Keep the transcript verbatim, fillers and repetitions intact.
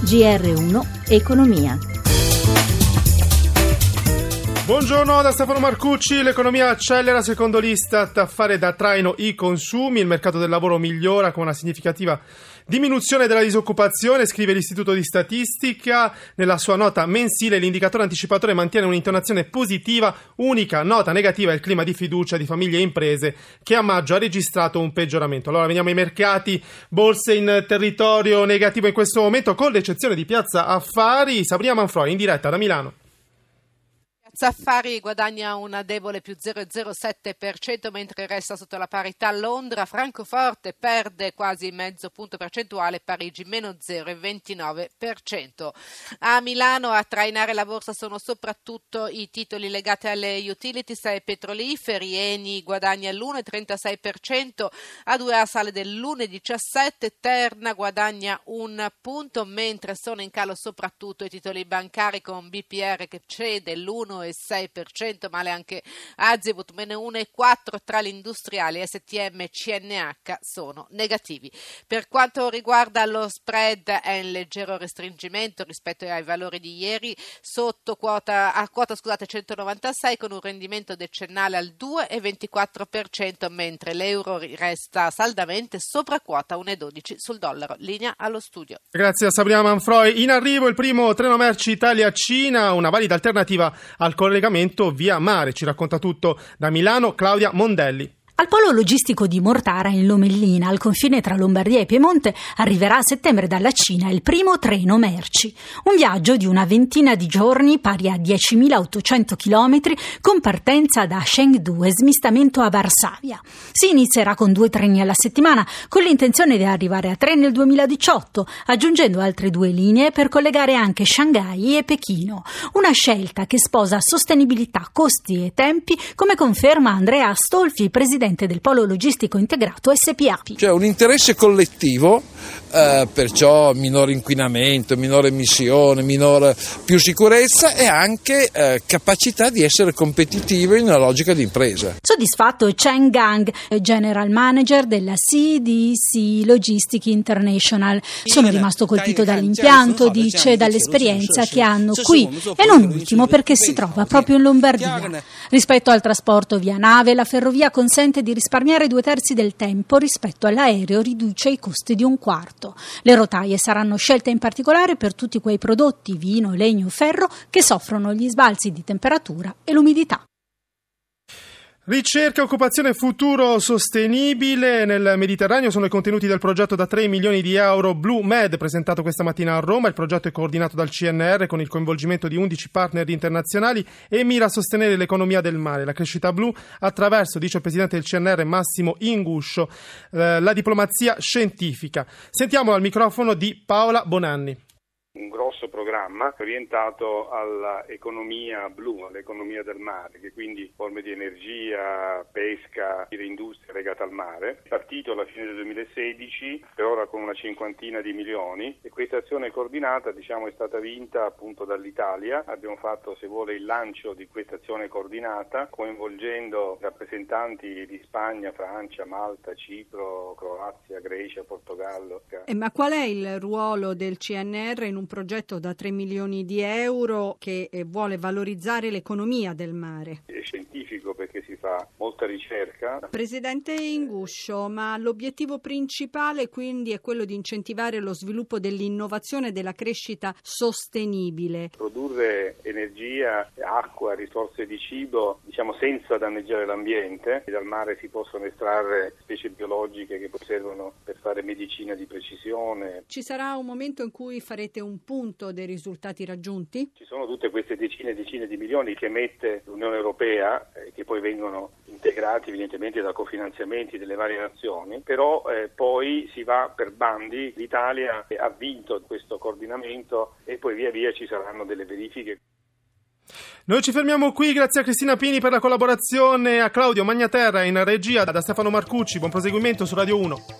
G R uno Economia. Buongiorno da Stefano Marcucci. L'economia accelera secondo l'Istat a fare da traino i consumi. Il mercato del lavoro migliora con una significativa diminuzione della disoccupazione, scrive l'Istituto di Statistica. Nella sua nota mensile l'indicatore anticipatore mantiene un'intonazione positiva. Unica nota negativa è il clima di fiducia di famiglie e imprese, che a maggio ha registrato un peggioramento. Allora veniamo ai mercati. Borse in territorio negativo in questo momento, con l'eccezione di Piazza Affari. Sabrina Manfroi in diretta da Milano. Affari guadagna una debole più zero virgola zero sette per cento, mentre resta sotto la parità Londra. Francoforte perde quasi mezzo punto percentuale, Parigi meno zero virgola ventinove per cento. A Milano a trainare la borsa sono soprattutto i titoli legati alle utilities e petroliferi. Eni guadagna l'uno virgola trentasei per cento, A due A sale dell'uno virgola diciassette per cento, Terna guadagna un punto, mentre sono in calo soprattutto i titoli bancari, con B P R che cede l'uno virgola sei per cento, male anche Azimut meno uno virgola quattro per cento. Tra gli industriali S T M e C N H sono negativi. Per quanto riguarda lo spread è in leggero restringimento rispetto ai valori di ieri, sotto quota a quota scusate centonovantasei, con un rendimento decennale al due virgola ventiquattro per cento, mentre l'euro resta saldamente sopra quota uno virgola dodici sul dollaro. Linea allo studio. Grazie a Sabrina Manfroi. In arrivo il primo treno merci Italia-Cina, una valida alternativa al collegamento via mare. Ci racconta tutto da Milano Claudia Mondelli. Al polo logistico di Mortara, in Lomellina, al confine tra Lombardia e Piemonte, arriverà a settembre dalla Cina il primo treno merci. Un viaggio di una ventina di giorni pari a diecimilaottocento chilometri, con partenza da Chengdu e smistamento a Varsavia. Si inizierà con due treni alla settimana, con l'intenzione di arrivare a tre nel duemiladiciotto, aggiungendo altre due linee per collegare anche Shanghai e Pechino. Una scelta che sposa sostenibilità, costi e tempi, come conferma Andrea Astolfi, presidente del Polo Logistico Integrato S P A. C'è un interesse collettivo, eh, perciò minore inquinamento, minore emissione, minore, più sicurezza e anche eh, capacità di essere competitivo in una logica di impresa. Soddisfatto Chen Gang, general manager della C D C Logistic International. Sono rimasto colpito dall'impianto, dice, dall'esperienza che hanno qui e non ultimo perché si trova proprio in Lombardia. Rispetto al trasporto via nave, la ferrovia consente di risparmiare due terzi del tempo rispetto all'aereo, riduce i costi di un quarto. Le rotaie saranno scelte in particolare per tutti quei prodotti, vino, legno, ferro, che soffrono gli sbalzi di temperatura e l'umidità. Ricerca, occupazione, futuro sostenibile. Nel Mediterraneo sono i contenuti del progetto da tre milioni di euro Blue Med, presentato questa mattina a Roma. Il progetto è coordinato dal C N R con il coinvolgimento di undici partner internazionali e mira a sostenere l'economia del mare, la crescita blu, attraverso, dice il presidente del C N R Massimo Inguscio, eh, la diplomazia scientifica. Sentiamo al microfono di Paola Bonanni. Un grosso programma orientato all'economia blu, all'economia del mare, che quindi forme di energia, pesca, le industrie legate al mare. È partito alla fine del duemilasedici, per ora con una cinquantina di milioni, e questa azione coordinata, diciamo, è stata vinta appunto dall'Italia. Abbiamo fatto, se vuole, il lancio di questa azione coordinata, coinvolgendo rappresentanti di Spagna, Francia, Malta, Cipro, Croazia, Grecia, Portogallo. Eh, ma qual è il ruolo del C N R in un progetto da tre milioni di euro che eh, vuole valorizzare l'economia del mare? È scientifico perché si fa molta ricerca. Presidente Inguscio, ma l'obiettivo principale quindi è quello di incentivare lo sviluppo dell'innovazione e della crescita sostenibile. Produrre energia, acqua, risorse di cibo, diciamo senza danneggiare l'ambiente. Dal mare si possono estrarre specie biologiche che poi servono per fare medicina di precisione. Ci sarà un momento in cui farete un punto dei risultati raggiunti? Ci sono tutte queste decine e decine di milioni che emette l'Unione Europea, eh, che poi vengono integrati evidentemente da cofinanziamenti delle varie nazioni, però eh, poi si va per bandi. L'Italia ha vinto questo coordinamento e poi via via ci saranno delle verifiche. Noi ci fermiamo qui, grazie a Cristina Pini per la collaborazione, a Claudio Magnaterra in regia, da Stefano Marcucci. Buon proseguimento su Radio uno.